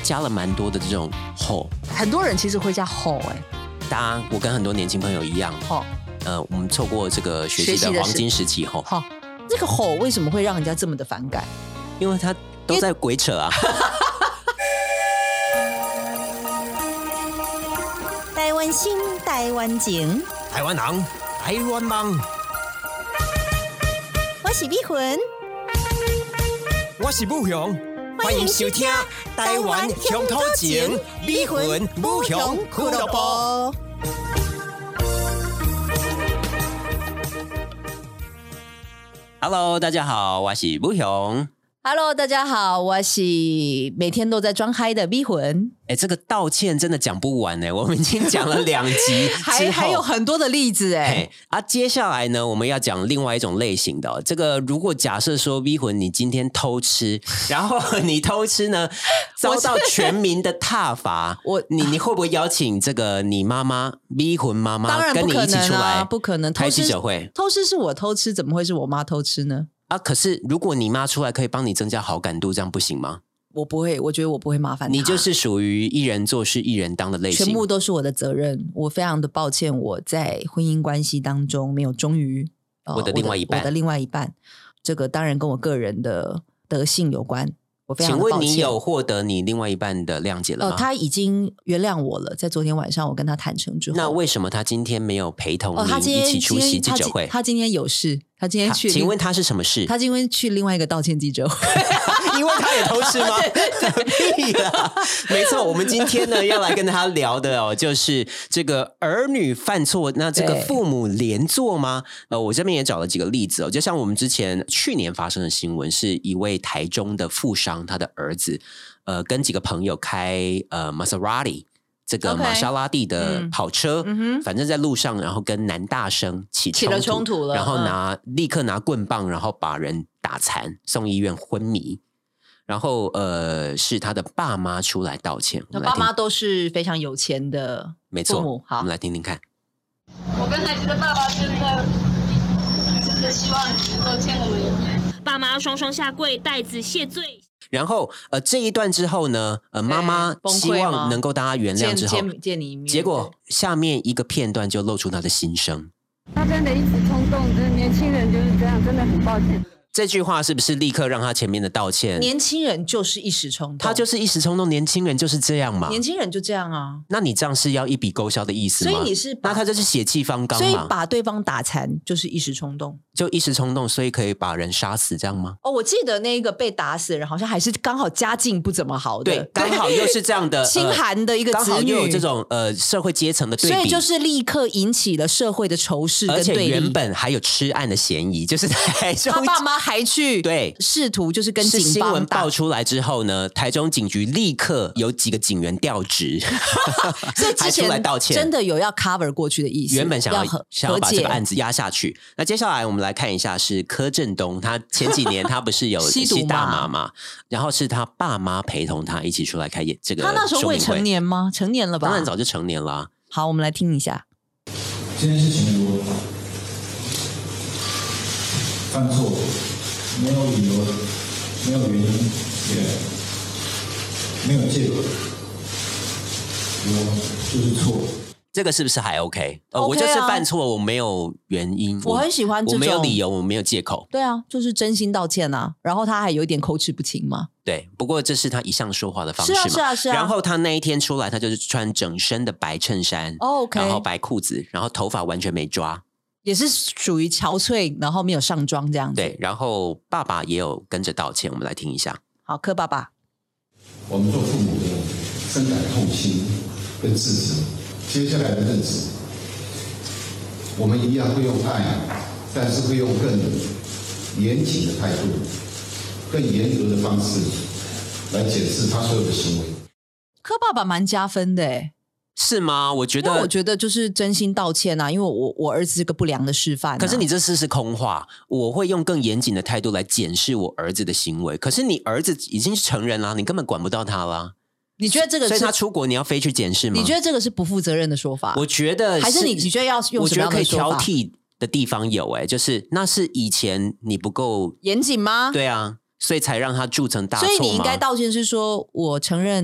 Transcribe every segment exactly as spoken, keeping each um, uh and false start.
加了蛮多的这种吼， 很多人其实会加吼哎、欸。 大家，我跟很多年轻朋友一样，吼，呃，我们错过这个学习的黄金时期，吼， 好，这个吼为什么会让人家这么的反感？ 因为他都在鬼扯啊。 台湾心，台湾情， 台湾人，台湾梦。 我是美魂， 我是武雄，欢迎收听《台湾乡土情》美魂武雄俱乐部。Hello， 大家好，我是武雄。 Hello， 大家好，我是每天都在装嗨的美魂。 哎，这个道歉真的讲不完哎，我们已经讲了两集还还有很多的例子哎。 啊，接下来呢，我们要讲另外一种类型的、哦。这个如果假设说美魂你今天偷吃，然后你偷吃呢，遭到全民的挞伐，我你你会不会邀请这个你妈妈美魂妈妈跟你一起出来？ 不可能， 开记者会。 偷吃是我偷吃，怎么会是我妈偷吃呢？ 啊！可是如果你妈出来可以帮你增加好感度，这样不行吗？ 我不会，我觉得我不会麻烦她。 你就是属于一人做事一人当的类型， 全部都是我的责任。我非常的抱歉，我在婚姻关系当中没有忠于、呃、 我的另外一半。 我的另外一半，这个当然跟我个人的德性有关。我非常的抱歉。 请问你有获得你另外一半的谅解了吗？ 呃，他已经原谅我了，在昨天晚上我跟他坦诚之后。 那为什么他今天没有陪同你一起出席记者会？ 哦、他, 他今天有事，他今天去。 请问他是什么事？ 他今天去另外一个道歉记者会。 因为他也偷吃吗？屁啦！没错，我们今天呢要来跟他聊的哦，就是这个儿女犯错，那这个父母连坐吗？呃，我这边也找了几个例子哦，就像我们之前去年发生的新闻，是一位台中的富商，他的儿子呃跟几个朋友开呃 Maserati。这个玛莎拉蒂的跑车， okay, 嗯、反正在路上，然后跟男大生起冲突，起了冲突了，然后拿、嗯、立刻拿棍棒，然后把人打残，送医院昏迷。然后呃，是他的爸妈出来道歉。 他爸妈都是非常有钱的父母， 没错。好，我们来听听看。 我跟孩子的爸爸真的真的希望你能够见我们一面。 爸妈双双下跪，代子谢罪。 然後呃这一段之後呢，呃媽媽希望能夠大家原諒之後， 見, 見你一面， 結果下面一個片段就露出他的心聲。 他真的一時衝動，就是年輕人就是這樣，真的很抱歉。 這句話是不是立刻讓他前面的道歉？ 年輕人就是一時衝動， 他就是一時衝動，年輕人就是這樣嘛。 年輕人就這樣啊。 那你這樣是要一筆勾銷的意思嗎？ 所以你是那他就是血氣方剛嘛。 所以把對方打殘就是一時衝動， 就一時衝動，所以可以把人殺死，這樣嗎？ 哦，我記得那個被打死的人好像還是剛好家境不怎麼好的， 對，剛好又是這樣的清寒的一個子女， 剛好又有這種呃社會階層的對比， 所以就是立刻引起了社會的仇視跟對立， 而且原本還有吃案的嫌疑，就是台中他爸媽還去對。 試圖就是跟警方打，是新聞爆出來之後呢，台中警局立刻有幾個警員調職， 所以之前還出來道歉， 真的有要 cover 過去的意思， 原本想要, 要想要把這個案子壓下去。那接下來我們來看一下是柯震東，他前幾年他不是有吸大麻嘛，然後是他爸媽陪同他一起出來開這個說明會。 他那時候未成年嗎？成年了吧？ 當然早就成年了、啊。 好，我們來聽一下。 這件事情我犯錯，沒有理由，沒有原因，也沒有借口，我就是錯。 這個是不是還 OK？, OK 啊、 我就是犯錯，我沒有原因， 我很喜歡這種， 我沒有理由，我沒有借口。 對啊，就是真心道歉啊。然後他還有一點口齒不清嘛。 對，不過這是他一向說話的方式嘛。 是啊，是啊，是啊。 然後他那一天出來，他就是穿整身的白襯衫、 oh, okay. 然後白褲子，然後頭髮完全沒抓。 也是屬於憔悴，然後沒有上妝這樣子。 對，然後爸爸也有跟着道歉，我們來聽一下。 好，柯爸爸， 我們做父母的深感痛心跟自責，接下來的日子，我們一樣會用愛，但是會用更嚴謹的態度、更嚴格的方式來檢視他所有的行為。 柯爸爸蠻加分的誒。 是嗎？我覺得我覺得就是真心道歉啊，因為我我兒子是個不良的示範、啊。 可是你這事是空話，我會用更嚴謹的態度來檢視我兒子的行為。可是你兒子已經是成人啦，你根本管不到他啦。 你覺得這個是？ 所以他出國你要飛去檢視嗎？ 你覺得這個是不負責任的說法？ 我覺得還是你你覺得要用什麼樣的說法？我覺得可以挑剔的地方有誒、欸，就是那是以前你不夠嚴謹嗎？ 對啊，所以才讓他鑄成大錯嗎？ 所以你應該道歉是說我承認。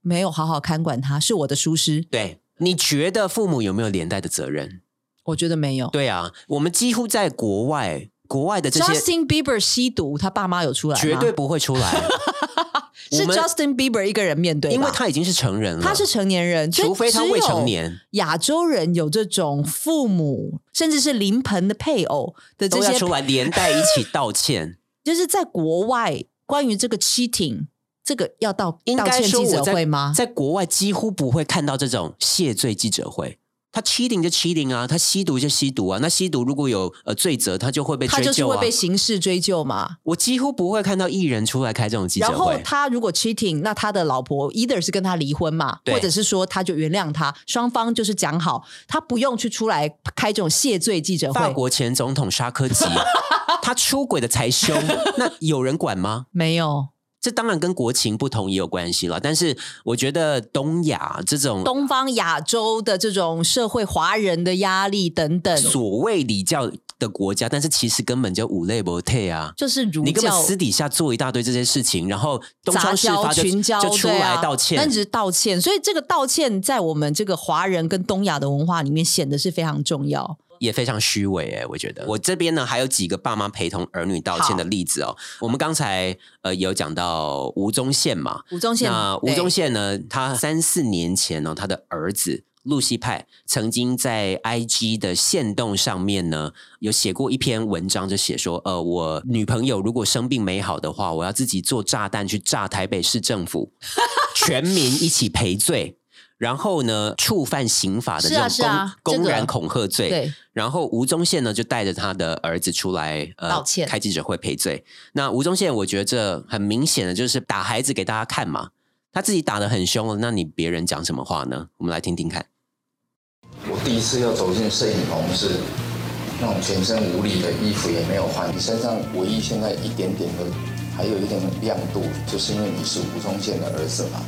没有好好看管他，是我的疏失。 对，你觉得父母有没有连带的责任？ 我觉得没有。 对啊，我们几乎在国外，国外的这些 Justin Bieber 吸毒，他爸妈有出来吗？ 绝对不会出来。 是 Justin Bieber 一个人面对吧， 因为他已经是成人了， 他是成年人， 除非他未成年。 亚洲人有这种父母甚至是临盆的配偶的这些都要出来连带一起道歉。 就是在国外关于这个 cheating 这个要到道歉记者会吗？ 在国外几乎不会看到这种谢罪记者会。他 cheating 就 cheating 啊，他吸毒就吸毒啊。那吸毒如果有呃罪责，他就会被追究啊， 他就是会被刑事追究嘛。 我几乎不会看到艺人出来开这种记者会。 然后他如果 cheating， 那他的老婆 either 是跟他离婚嘛，或者是说他就原谅他，双方就是讲好，他不用去出来开这种谢罪记者会。 法国前总统沙科齐，他出轨的才凶，那有人管吗？ 没有。 这当然跟国情不同也有关系了，但是我觉得东亚这种东方亚洲的这种社会华人的压力等等， 所谓礼教的国家，但是其实根本就五类不退啊， 就是儒教， 你根本私底下做一大堆这些事情，然后东窗事发就群交就出来道歉， 但只是道歉，所以这个道歉在我们这个华人跟东亚的文化里面显得是非常重要。 也非常虚伪诶，我觉得。我这边呢还有几个爸妈陪同儿女道歉的例子哦。我们刚才呃有讲到吴宗宪嘛， 吴宗宪， 那吴宗宪呢，他三四年前呢、哦，他的儿子露西派曾经在 I G 的限动上面呢，有写过一篇文章，就写说，呃，我女朋友如果生病没好的话，我要自己做炸弹去炸台北市政府，全民一起赔罪。然后呢，触犯刑法的这种公、 是啊是啊、 公然恐吓罪。 对。 然后吴宗宪呢，就带着他的儿子出来呃道歉， 开记者会赔罪。那吴宗宪，我觉得这很明显的就是打孩子给大家看嘛，他自己打得很凶了，那你别人讲什么话呢？我们来听听看。 我第一次要走进摄影棚是那种全身无力的，衣服也没有换，你身上唯一现在一点点的还有一点亮度，就是因为你是吴宗宪的儿子嘛。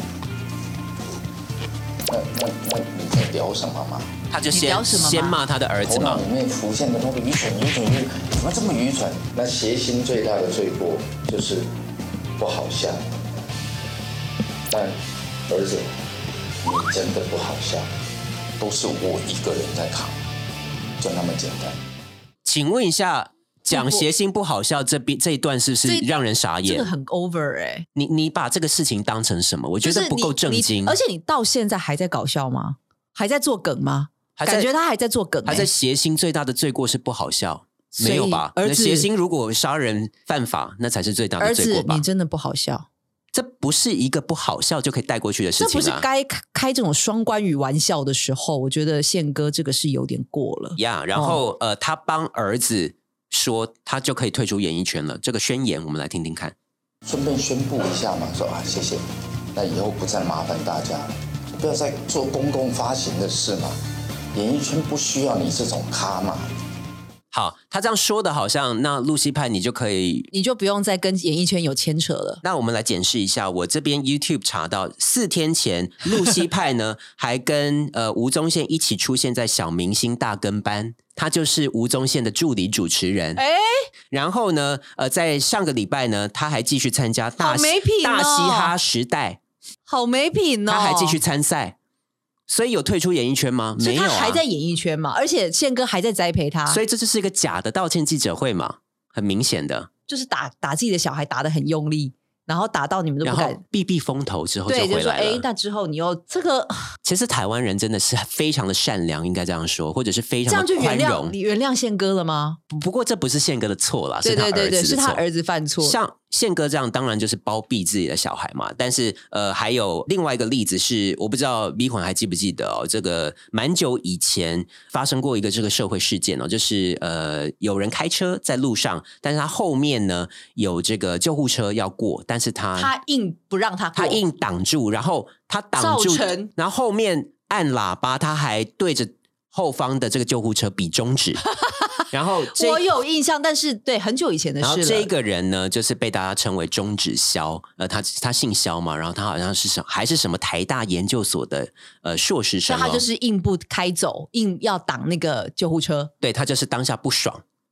那那那你在聊什么嘛？ 他就先先骂他的儿子嘛。 头脑里面浮现的那个愚蠢、愚蠢、愚蠢，怎么这么愚蠢？那谐星最大的罪过就是不好笑。但儿子，你真的不好笑，都是我一个人在扛，就那么简单。 请问一下。讲谐星不好笑，这边这一段是不是让人傻眼？ 这个很 over 哎、欸！ 你你把这个事情当成什么？我觉得不够正经。 而且你到现在还在搞笑吗？还在做梗吗？感觉他还在做梗、欸。 还在谐星最大的罪过是不好笑，没有吧？儿子谐星如果杀人犯法，那才是最大的罪过吧？ 儿子，你真的不好笑。 这不是一个不好笑就可以带过去的事情、啊、 这不是该开这种双关语玩笑的时候。我觉得宪哥这个是有点过了呀。Yeah, 然后、哦、呃，他帮儿子。说他就可以退出演艺圈了，这个宣言我们来听听看。 顺便宣布一下嘛，说啊谢谢，那以后不再麻烦大家，不要再做公共发行的事嘛，演艺圈不需要你这种咖嘛。 好，他这样说的好像那露西派你就可以， 你就不用再跟演艺圈有牵扯了。 那我们来检视一下，我这边 YouTube 查到四天前露西派呢还跟呃吴宗宪一起出现在小明星大跟班，他就是吴宗宪的助理主持人。哎，然后呢呃在上个礼拜呢他还继续参加大、 哦、 大嘻哈时代， 好没品哦， 他还继续参赛。所以有退出演艺圈吗？没有啊， 他还在演艺圈嘛，而且宪哥还在栽培他， 所以这就是一个假的道歉记者会嘛，很明显的， 就是打打自己的小孩打得很用力，然后打到你们都不敢， 然后避避风头之后就回来了。 对，就说哎，那之后你又这个， 其实台湾人真的是非常的善良，应该这样说，或者是非常的宽容。 这样就原谅你原谅宪哥了吗？ 不过这不是宪哥的错啦， 对对对对， 是他儿子的错， 是他儿子犯错。 像宪哥这样当然就是包庇自己的小孩嘛，但是呃还有另外一个例子是，我不知道咪魂还记不记得哦，这个蛮久以前发生过一个这个社会事件哦，就是呃有人开车在路上，但是他后面呢有这个救护车要过，但是他他硬不让他过， 他硬挡住，然后他挡住，然后后面按喇叭，他还对着后方的这个救护车比中指。然后我有印象，但是对很久以前的事了。 然后这个人呢，就是被大家称为中指肖，呃，他他姓肖嘛，然后他好像是什么，还是什么台大研究所的呃硕士生、哦， 他就是硬不开走，硬要挡那个救护车。 对，他就是当下不爽，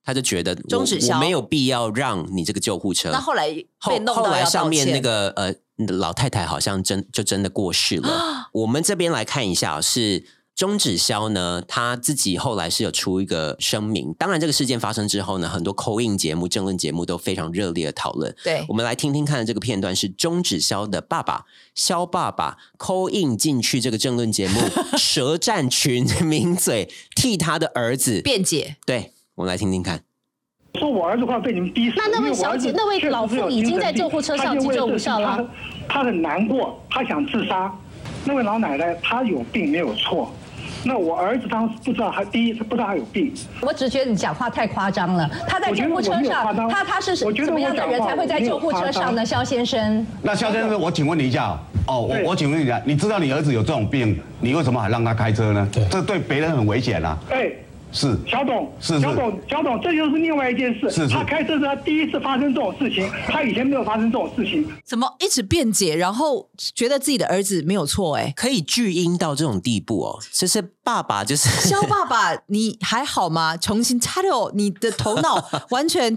他就觉得终止销我没有必要让你这个救护车。 那后来被弄到后后来要道上面歉那个呃老太太好像真就真的过世了。我们这边来看一下，是钟芷霄呢，他自己后来是有出一个声明。当然，这个事件发生之后呢，很多call in节目、政论节目都非常热烈的讨论。 对， 我们来听听看的这个片段是钟芷霄的爸爸肖爸爸 call in 进去这个政论节目，舌战群名嘴，替他的儿子辩解。 对，我们来听听看。 说我儿子快被你们逼死， 那那位小姐，那位老妇已经在救护车上急救无效了。 她很难过，她想自杀。那位老奶奶她有病没有错，那我儿子当时不知道，他第一他不知道他有病。 我只觉得你讲话太夸张了。他在救护车上，他他是什么样的人才会在救护车上呢？肖先生， 那肖先生，我请问你一下哦，我我请问一下，你知道你儿子有这种病，你为什么还让他开车呢？这对别人很危险啊。 哎。 是小董， 是是小董，小董，这就是另外一件事。 是是他开车是他第一次发生这种事情，他以前没有发生这种事情。 怎么一直辩解，然后觉得自己的儿子没有错？哎， 可以巨婴到这种地步哦，就是爸爸就是肖爸爸，你还好吗？重新차려，你的头脑完全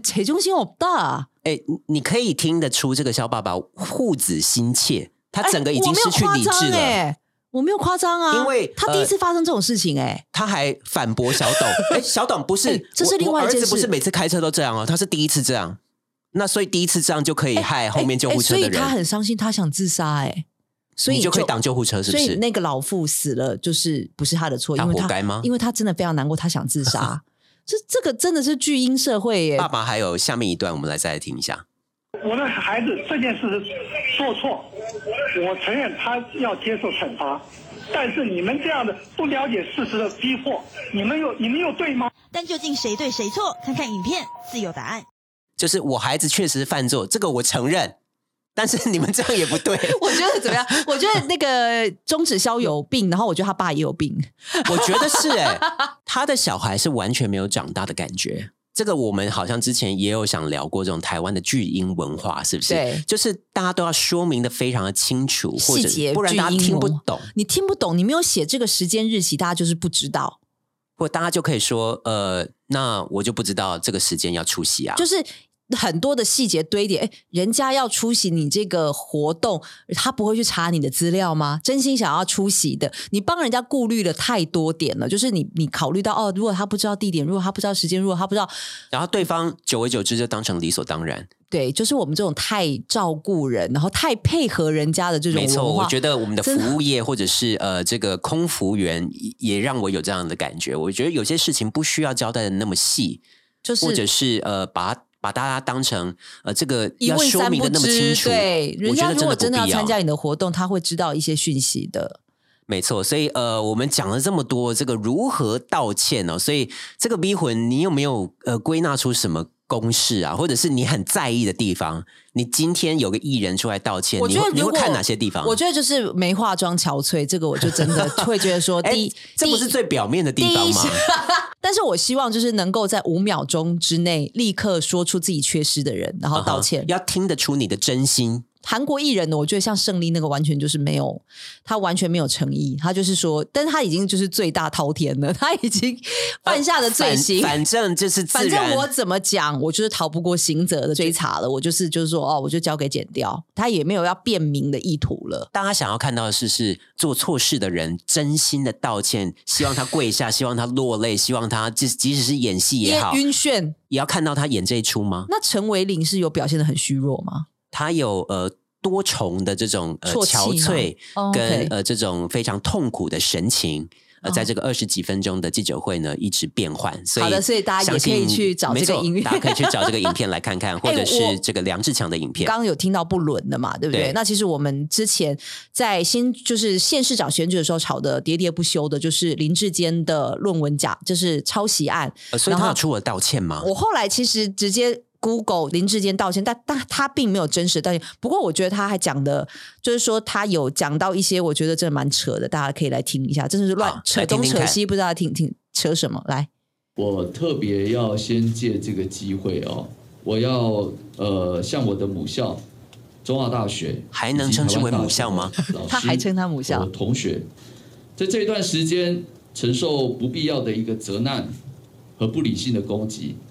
재정신없다。 哎，你可以听得出这个肖爸爸护子心切，他整个已经失去理智了。 哎我没有夸张啊， 因为他第一次发生这种事情、欸，哎、呃， 他还反驳小董，哎，小董不是， 欸、这是另外一件事， 我儿子不是每次开车都这样哦，他是第一次这样，那所以第一次这样就可以害后面救护车的人， 欸欸欸、所以他很伤心，他想自杀、欸，哎，所以你就可以挡救护车，是不是？ 所以那个老妇死了，就是不是他的错，因为他活该吗？ 因为他真的非常难过，他想自杀，这这个真的是巨婴社会耶。 爸爸还有下面一段，我们来再来听一下。 我的孩子这件事做错，我承认他要接受惩罚。但是你们这样的不了解事实的逼迫，你们有你们有对吗？ 但究竟谁对谁错？看看影片自有答案。 就是我孩子确实犯错，这个我承认，但是你们这样也不对。 我觉得怎么样？我觉得那个钟芷霄有病，然后我觉得他爸也有病。 我觉得是哎、欸，他的小孩是完全没有长大的感觉。这个我们好像之前也有想聊过这种台湾的巨婴文化，是不是？ 对， 就是大家都要说明的非常的清楚，或者细节， 不然大家听不懂。 你听不懂，你没有写这个时间日期，大家就是不知道。 或大家就可以说，呃，那我就不知道这个时间要出席啊， 就是。很多的细节堆叠，哎，人家要出席你这个活动，他不会去查你的资料吗？真心想要出席的，你帮人家顾虑了太多点了，就是你你考虑到哦，如果他不知道地点，如果他不知道时间，如果他不知道， 然后对方久而久之就当成理所当然。 对，就是我们这种太照顾人，然后太配合人家的这种文化。 没错，我觉得我们的服务业或者是呃这个空服员也让我有这样的感觉。我觉得有些事情不需要交代的那么细， 就是或者是呃把把大家当成呃这个要说明的那么清楚。 对，人家如果真的要参加你的活动，他会知道一些讯息的。 没错，所以呃，我们讲了这么多，这个如何道歉哦，所以这个逼魂，你有没有呃归纳出什么公式啊，或者是你很在意的地方？你今天有个艺人出来道歉， 我觉得你会你会看哪些地方？ 我觉得就是没化妆憔悴，这个我就真的会觉得说，第一， 这不是最表面的地方吗？ 但是我希望就是能够在五秒钟之内立刻说出自己缺失的人，然后道歉， uh-huh, 要听得出你的真心。 韩国艺人呢，我觉得像胜利那个完全就是没有，他完全没有诚意，他就是说，但是他已经就是罪大滔天了，他已经犯下的罪行， 呃、反, 反正就是自然， 反正我怎么讲，我就是逃不过刑责的追查了，我就是就是说哦，我就交给检调，他也没有要辩明的意图了。 大家想要看到的是，是做错事的人真心的道歉，希望他跪下，希望他落泪，希望他即即使是演戏也好， 晕眩， 也要看到他演这一出吗？ 那陈维霖是有表现得很虚弱吗？ 他有呃多重的这种呃憔悴跟、 哦 okay. 呃这种非常痛苦的神情，呃，在这个二十几分钟的记者会呢，一直变换。所以好的，所以大家也可以去找这个影片， 大家可以去找这个影片来看看，或者是这个梁志强的影片。 刚刚有听到不伦的嘛，对不对？对，那其实我们之前在新就是县市长选举的时候吵得喋喋不休的，就是林志坚的论文假，就是抄袭案。 呃、所以他有出了道歉吗？ 我后来其实直接。Google 林志坚道歉，但但他并没有真实的道歉。不过我觉得他还讲的，就是说他有讲到一些，我觉得真的蛮扯的，大家可以来听一下，真的是乱扯东扯西，不知道听听扯什么。来， 我特别要先借这个机会哦，我要呃向我的母校中华大学， 还能称之为母校吗？ 他还称他母校同学，在这一段时间承受不必要的一个责难和不理性的攻击。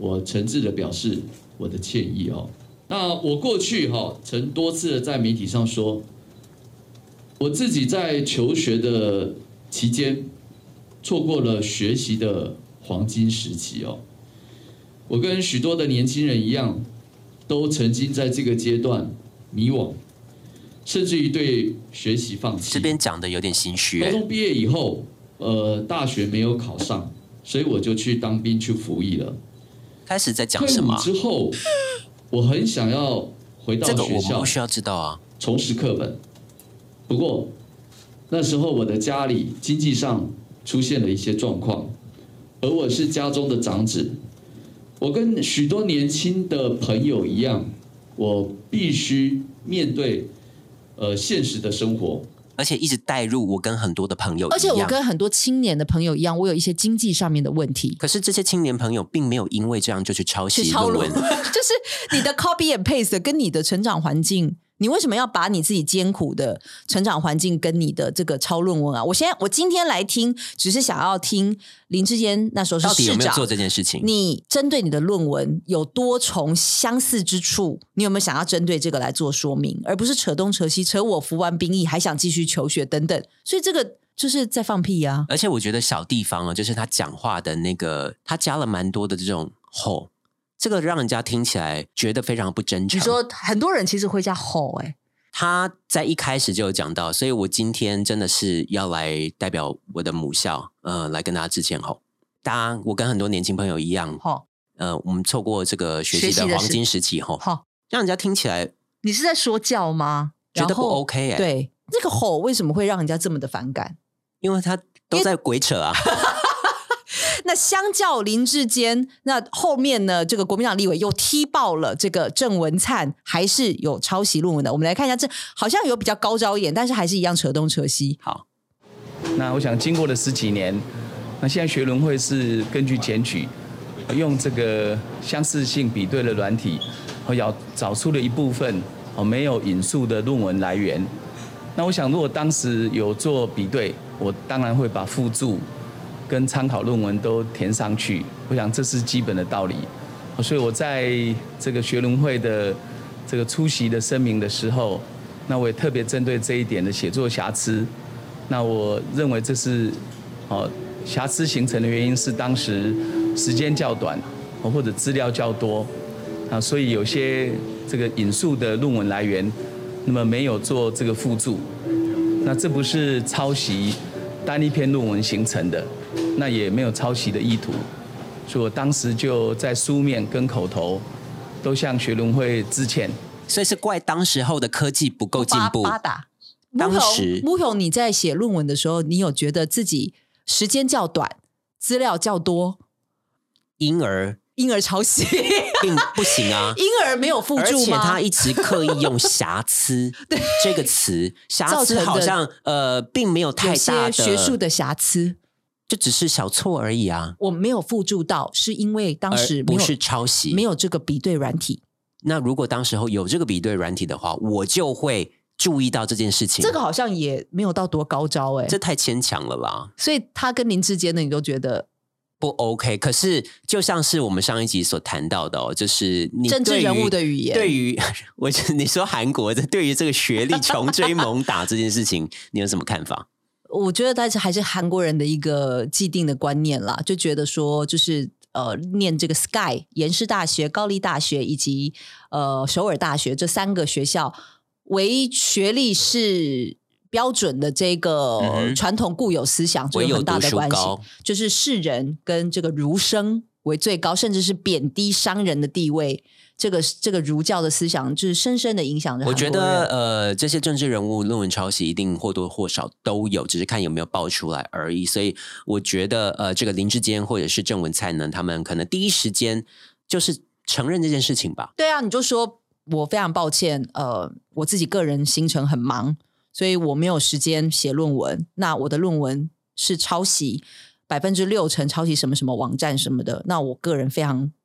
我诚挚的表示我的歉意哦。那我过去哈、哦、曾多次的在媒体上说，我自己在求学的期间错过了学习的黄金时期哦。我跟许多的年轻人一样，都曾经在这个阶段迷惘，甚至于对学习放弃。 这边讲的有点心虚。 高中毕业以后，呃，大学没有考上，所以我就去当兵去服役了。 开始在讲什么？ 退伍之后，我很想要回到学校， 这个我们不需要知道啊， 重拾课本。不过那时候我的家里经济上出现了一些状况，而我是家中的长子，我跟许多年轻的朋友一样，我必须面对呃现实的生活。 而且一直带入我跟很多的朋友一样， 而且我跟很多青年的朋友一样，我有一些经济上面的问题。 可是这些青年朋友并没有因为这样就去抄袭论文， 就是你的 copy and paste 跟你的成长环境，你为什么要把你自己艰苦的成长环境跟你的这个抄论文啊？我现在我今天来听，只是想要听林智坚那时候是市长， 到底有没有做这件事情？ 你针对你的论文有多重相似之处，你有没有想要针对这个来做说明，而不是扯东扯西，扯我服完兵役还想继续求学等等？所以这个就是在放屁啊！ 而且我觉得小地方啊，就是他讲话的那个，他加了蛮多的这种吼。这个让人家听起来觉得非常不真诚。 你说很多人其实会加吼哎、欸， 他在一开始就有讲到，所以我今天真的是要来代表我的母校，呃，来跟大家致歉吼。大家，我跟很多年轻朋友一样， 吼， 呃，我们错过这个学习的黄金时期吼，让人家听起来， 你是在说教吗？ 觉得不 OK 哎、欸， 对，这个吼为什么会让人家这么的反感？ 因为他都在鬼扯啊。 那相较林智坚，那后面呢？这个国民党立委又踢爆了这个郑文灿，还是有抄袭论文的。我们来看一下，这好像有比较高招一点，但是还是一样扯东扯西。 好， 那我想经过了十几年，那现在学伦会是根据检举，用这个相似性比对的软体，要找出了一部分哦没有引述的论文来源。那我想，如果当时有做比对，我当然会把附注跟参考论文都填上去，我想这是基本的道理。所以我在这个学伦会的这个出席的声明的时候，那我也特别针对这一点的写作瑕疵。那我认为这是哦瑕疵形成的原因是当时时间较短，或者资料较多啊，所以有些这个引述的论文来源，那么没有做这个附注。那这不是抄袭单一篇论文形成的。那也没有抄袭的意图，所以我当时就在书面跟口头都向学伦会致歉。 所以是怪当时候的科技不够进步。 八打。 当时木勇，你在写论文的时候，你有觉得自己时间较短，资料较多， 因而因而抄袭， 并不行啊， 因而没有附注吗？ 而且他一直刻意用瑕疵这个词，瑕疵好像呃并没有太大的学术的瑕疵。 就只是小错而已啊！ 我没有附注到，是因为当时不是抄袭， 没有这个比对软体。 那如果当时候有这个比对软体的话，我就会注意到这件事情。 这个好像也没有到多高招哎、欸， 这太牵强了啦。 所以他跟林智坚的，你都觉得不 OK？ 可是就像是我们上一集所谈到的哦，就是你政治人物的语言， 对于我你说韩国的对于这个学历穷追猛打这件事情，你有什么看法？ 我觉得但是还是韩国人的一个既定的观念啦，就觉得说就是呃念这个 Sky 延世大学、高丽大学以及呃首尔大学这三个学校为学历是标准的这个传统固有思想，就有很大的关系，就是士人跟这个儒生为最高，甚至是贬低商人的地位。这个这个儒教的思想就是深深的影响着韩国人。 我觉得呃，这些政治人物论文抄袭一定或多或少都有，只是看有没有爆出来而已。所以我觉得呃，这个林智坚或者是郑文灿呢，他们可能第一时间就是承认这件事情吧。 对啊，你就说我非常抱歉，呃，我自己个人行程很忙，所以我没有时间写论文。那我的论文是抄袭百分之六成抄袭什么什么网站什么的，那我个人非常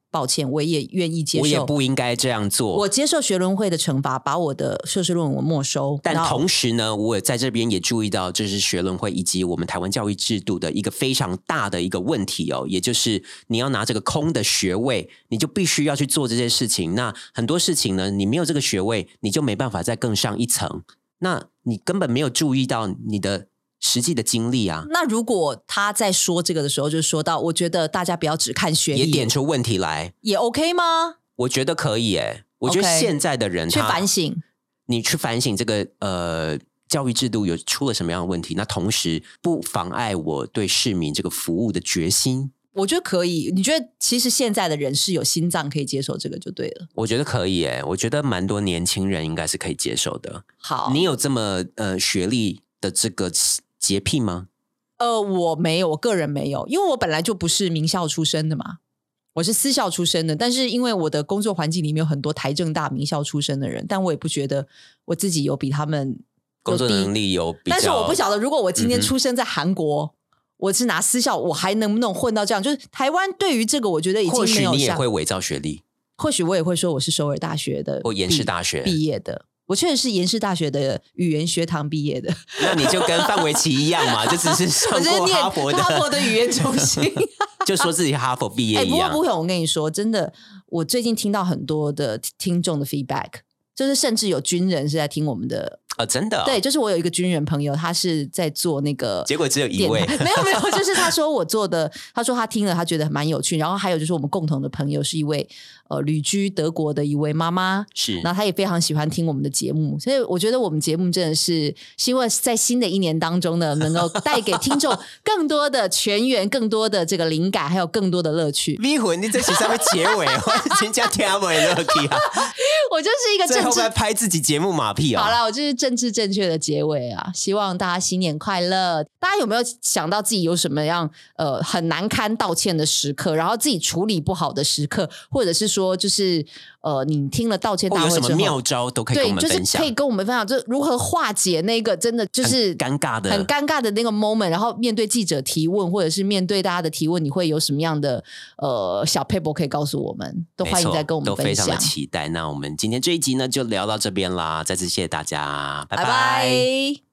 抱歉，我也愿意接受， 我也不应该这样做， 我接受学伦会的惩罚，把我的硕士论文没收。 但同时呢，我在这边也注意到，这是学伦会以及我们台湾教育制度的一个非常大的一个问题哦，也就是你要拿这个空的学位，你就必须要去做这些事情。那很多事情呢，你没有这个学位，你就没办法再更上一层。那你根本没有注意到你的实际的经历啊。 那如果他在说这个的时候，就说到，我觉得大家不要只看学历， 也点出问题来， 也 OK 吗？ 我觉得可以耶。我觉得现在的人、okay, 去反省， 你去反省这个呃教育制度有出了什么样的问题，那同时不妨碍我对市民这个服务的决心。 我觉得可以。你觉得其实现在的人是有心脏可以接受这个就对了。 我觉得可以耶，我觉得蛮多年轻人应该是可以接受的。 好， 你有这么呃学历的这个洁癖吗？ 呃，我没有，我个人没有，因为我本来就不是名校出身的嘛，我是私校出身的。但是因为我的工作环境里面有很多台政大名校出身的人，但我也不觉得我自己有比他们工作能力有比较。 但是我不晓得，如果我今天出生在韩国、嗯、我是拿私校，我还能不能混到这样？就是台湾对于这个，我觉得已经没有像。 或许你也会伪造学历， 或许我也会说我是首尔大学的或延世大学毕业的。我确实是延世大学的语言学堂毕业的。 那你就跟范玮琪一样嘛，就只是上过哈佛的哈佛的语言中心就说自己哈佛毕业一样。 欸、不过不用，我跟你说真的，我最近听到很多的听众的 feedback， 就是甚至有军人是在听我们的啊、哦，真的、哦？ 对，就是我有一个军人朋友，他是在做那个， 结果只有一位， 没有没有，就是他说我做的，他说他听了，他觉得蛮有趣。然后还有就是我们共同的朋友是一位呃旅居德国的一位妈妈， 是， 然后他也非常喜欢听我们的节目，所以我觉得我们节目真的是希望在新的一年当中呢，能够带给听众更多的全员、更多的这个灵感，还有更多的乐趣。 迷魂，你这是上面结尾，我真叫听不乐趣啊！ 我就是一个政治， 最后在拍自己节目马屁啊！ 好啦，我就是政治正确的结尾啊！希望大家新年快乐。大家有没有想到自己有什么样呃很难堪道歉的时刻，然后自己处理不好的时刻，或者是说就是呃你听了道歉大会之后有什么妙招都可以跟我们分享， 就是可以跟我们分享，就如何化解那个真的就是尴尬的、 很尴尬的那个 moment， 然后面对记者提问，或者是面对大家的提问，你会有什么样的呃小 paper 可以告诉我们？都欢迎再跟我们分享， 都非常的期待。那我们今天这一集呢就聊到这边啦，再次谢谢大家，拜拜。 拜拜。